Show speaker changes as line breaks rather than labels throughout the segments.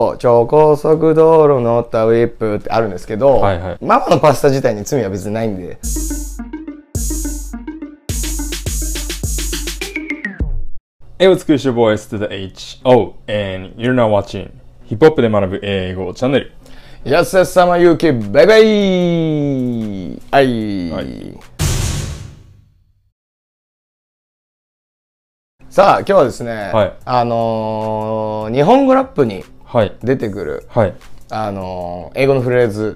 超高速道路乗ったウィップってあるんですけど、
はいはい、
ママのパスタ自体に罪は別にないんで。
What's good, your boys to the HO and you're now watching ヒップホップで学ぶ英語チャンネル。
やすやすさまゆうきバイバイ。はい、はい、さあ今日はですね、はい、日本語ラップに出てくる、はい、英語のフレーズ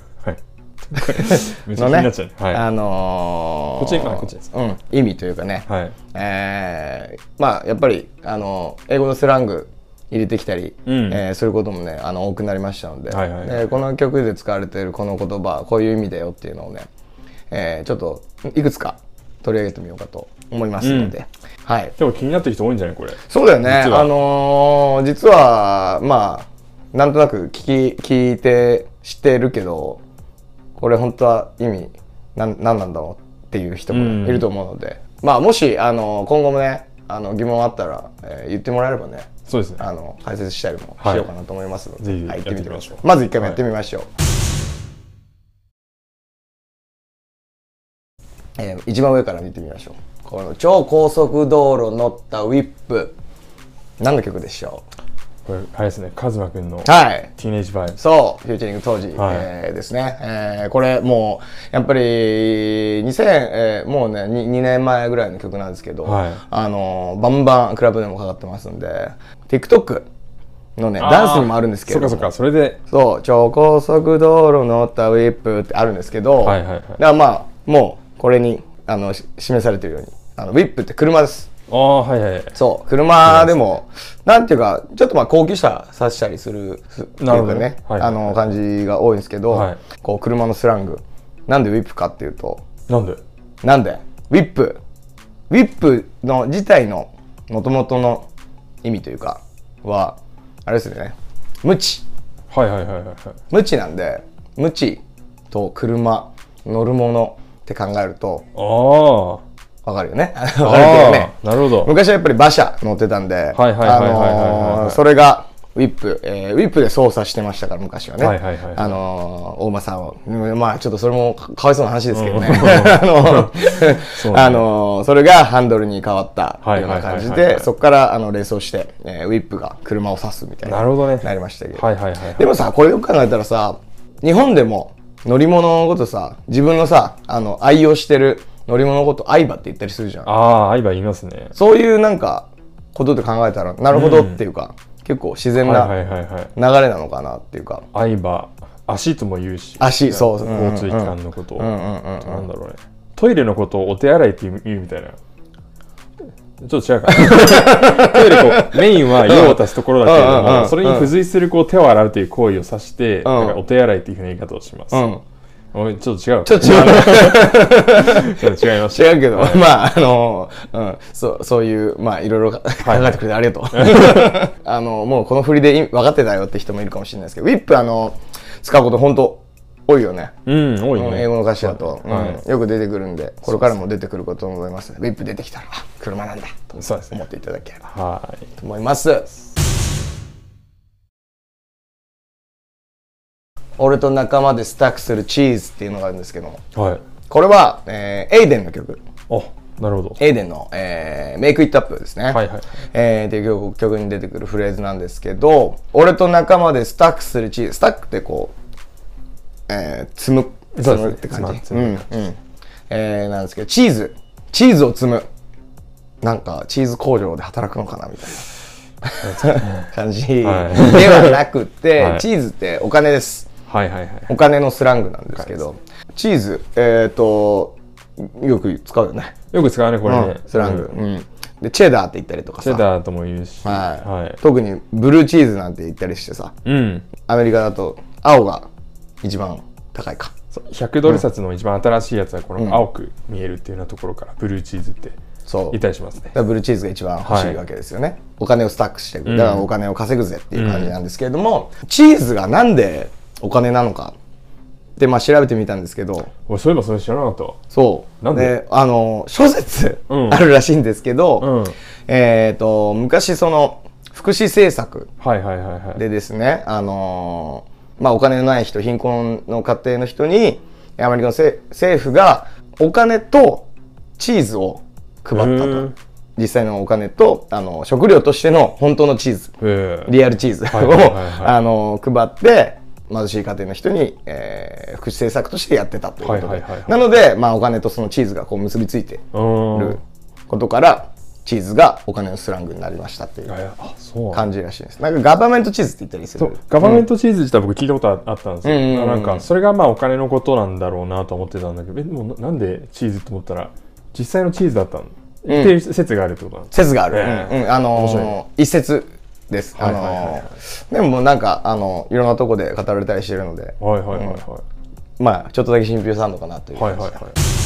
めっちゃ気になっちゃう、
はい、
こっちかな、こっちです、
意味というかね、はい、まあやっぱり英語のスラング入れてきたり、することもね多くなりましたので、はいはいはい、この曲で使われているこの言葉こういう意味だよっていうのをね、ちょっといくつか取り上げてみようかと思いますので、はい。
でも気になってる人多いんじゃないこれ。
そうだよね。実はまあなんとなく聞いて知ってるけど、これ本当は意味なんなんだろうっていう人もいると思うので、まあもし今後もね疑問あったら、言ってもらえればね。
そうですね。
解説したりもしようかなと思いますので、
ぜひ
やってみてみましょう。
ま
ず一回もやってみましょう。一番上から見てみましょう。この超高速道路乗ったウィップ、何の曲でしょう？
これあれですね、カズマくんの
ティ
ーネージバイブ、
そうフューチャリング当時、ですね、これもうやっぱりもうね 2年前ぐらいの曲なんですけど、バンバンクラブでもかかってますんで、 TikTok のねダンスにもあるんですけど、
そうかそれで
そう超高速道路乗ったウィップってあるんですけど、だからまあもうこれに示されているようにウィップって車です。
はいはい、
そう車でもなんていうかちょっとまあ高級車させたりするっていうかね、感じが多いんですけど、こう車のスラングなんでウィップかっていうと、なんでウィップの自体の元々の意味というかはあれですね、無知、無知なんで、無知と車乗るものって考えるとわかるよね。
なるほど。
昔はやっぱり馬車乗ってたんで、それがウィップで操作してましたから昔はね。大馬さんを、まあちょっとそれもかわいそうな話ですけどね。それがハンドルに変わったような感じで、そこから連想してウィップが車を指すみたいななりましたけど。でもさ、これよく考えたらさ、日本でも乗り物のことさ、自分のさ愛用してる乗り物のこと相葉って言ったりするじゃん。
相葉言いますね。
そういうなんかことで考えたらなるほどっていうか、結構自然な流れなのかなっていうか。
相葉、足とも言うし、
足、そう、
交通機関のことを、なんだろうね、トイレのことをお手洗いって言うみたいな。ちょっと違うかな。トイレメインは用を足すところだけれども、それに付随する手を洗うという行為を指して、お手洗いっていうふうな言い方をします。ちょっと違う。違います。
違うけど、まあそういうまあいろいろ考えてくれてありがとう。もうこの振りで分かってたよって人もいるかもしれないですけど、ウィップ使うこと本当多いよね。多いね。英語の歌詞だとよく出てくるんで、これからも出てくることと思います。ウィップ出てきたら車なんだと思っていただければと思います。俺と仲間でスタックするチーズっていうのがあるんですけども、これはエイデンの曲。
なるほど。
エイデンのメイクイットアップですね。っていう曲に出てくるフレーズなんですけど、俺と仲間でスタックするチーズ。スタックってこう積むって感じ。なんですけど、チーズを積む。なんかチーズ工場で働くのかなみたいな感じではなくて、チーズってお金です。お金のスラングなんですけど、チーズよく使うよね。
よく使うねこれね、
スラング。でチェダーって言ったりとかさ、
チェダーとも言うし、
特にブルーチーズなんて言ったりしてさ、アメリカだと青が一番高いか。
100ドル札の一番新しいやつはこの青く見えるっていうようなところからブルーチーズって言ったりしますね。
ブルーチーズが一番欲しいわけですよね。お金をスタックしていく、だからお金を稼ぐぜっていう感じなんですけれども、チーズがなんでお金なのかで調べてみたんですけど、
そういえばそれ知らなかった。
そうなんで諸説あるらしいんですけど、昔その福祉政策
はいはいはいはい。
でですね、まあお金のない人、貧困の家庭の人に、アメリカの政府がお金とチーズを配ったと。実際のお金と、食料としての本当のチーズ、リアルチーズを、配って、貧しい家庭の人に、福祉政策としてやってたということで。なので、まあお金とそのチーズがこう結びついてることから、チーズがお金のスラングになりましたっていう感じらしいです。なんかガバメントチーズって言ったりする。
ガバメントチーズ自体僕聞いたことあったんですよ。なんかそれがまあお金のことなんだろうなと思ってたんだけど、でもなんでチーズって思ったら実際のチーズだったのっていう説があるってことなんですか？
説がある。一説です。でもなんかいろんなとこで語られたりしてるので、まあちょっとだけ信憑さんのかなという感じです。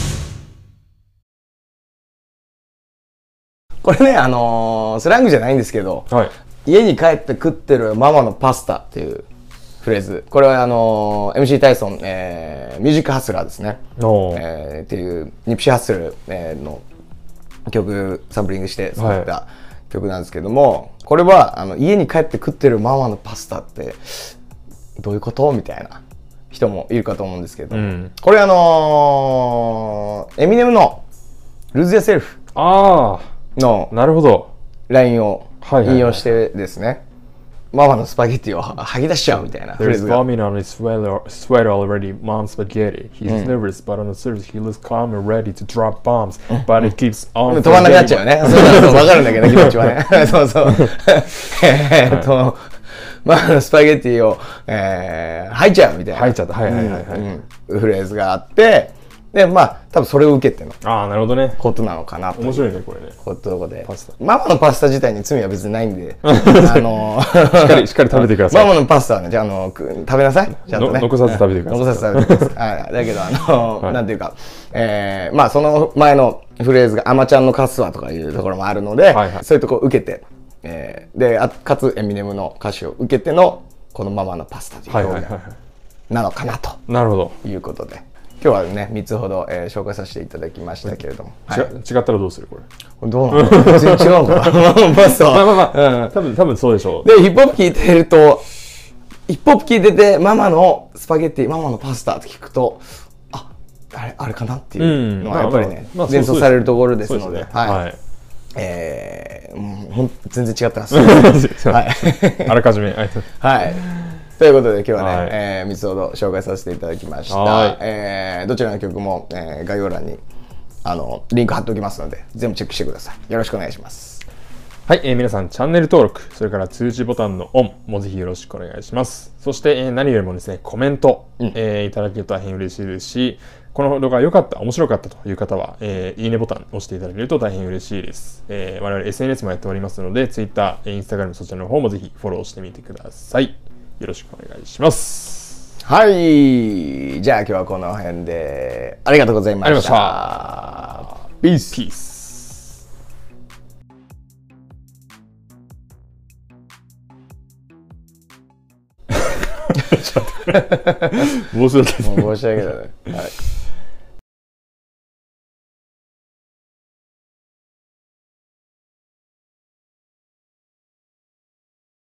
これね、スラングじゃないんですけど、家に帰って食ってるママのパスタっていうフレーズ。これはMC タイソン、ミュージックハッスラーですね。っていうニプシーハッスル、の曲サンプリングして作った曲なんですけども、これは家に帰って食ってるママのパスタってどういうことみたいな人もいるかと思うんですけど、これエミネムのルーズ・ヤセルフの
なるほど
ラインを引用してですね、ママのスパゲッティを吐き出しちゃうみたいなフレーズが。
There's vomit on his sweater already, mom's spaghetti. He's nervous, but on the surface he looks calm and ready to drop bombs, but it keeps on.
止まんなくなっちゃうよね。そうわかるんだけど気持ちはね。そうそう。ママのスパゲッティを吐いちゃうみたいな。
吐いちゃった。
フレーズがあって。で、まあ、多分それを受けての
なるほどね。
ことなのかなと。
面白いね、これね。
ことで。ママのパスタ自体に罪は別にないんで、しっか
り食べてください。
ママのパスタはね、じゃあ食べなさい。ちゃんとね。
残さず食べてください。
残さず食べてください。だけど、なんていうか、まあ、その前のフレーズが、アマちゃんのカスワとかいうところもあるので、そういうところを受けて、で、かつエミネムの歌詞を受けての、このママのパスタという表現なのかなと。
なるほど。
いうことで。今日はね、3つほど、紹介させていただきましたけれども。
違ったらどうするこれ。
どうなの？全然違うのかなパスタは。
まあ、多分そうでしょう。
で、ヒップホップ聞いてると、ヒップホップ聞いてて、ママのスパゲッティ、ママのパスタって聞くと、あれかなっていうのはやっぱりね、連想されるところですので、全然違ってます。
あらかじめ。
はい。ということで今日はね、3つほど紹介させていただきました。どちらの曲も、概要欄にリンク貼っておきますので、全部チェックしてください。よろしくお願いします。
はい、皆さんチャンネル登録、それから通知ボタンのオンもぜひよろしくお願いします。そして、何よりもですね、コメント、いただけると大変嬉しいですし、この動画良かった、面白かったという方は、いいねボタンを押していただけると大変嬉しいです。我々 SNS もやっておりますので、Twitter、Instagram そちらの方もぜひフォローしてみてください。よろしくお願いします。
はい。じゃあ今日はこの辺でありがとうございました。
ピース。ピース。申し訳ない。
申し訳ない。はい。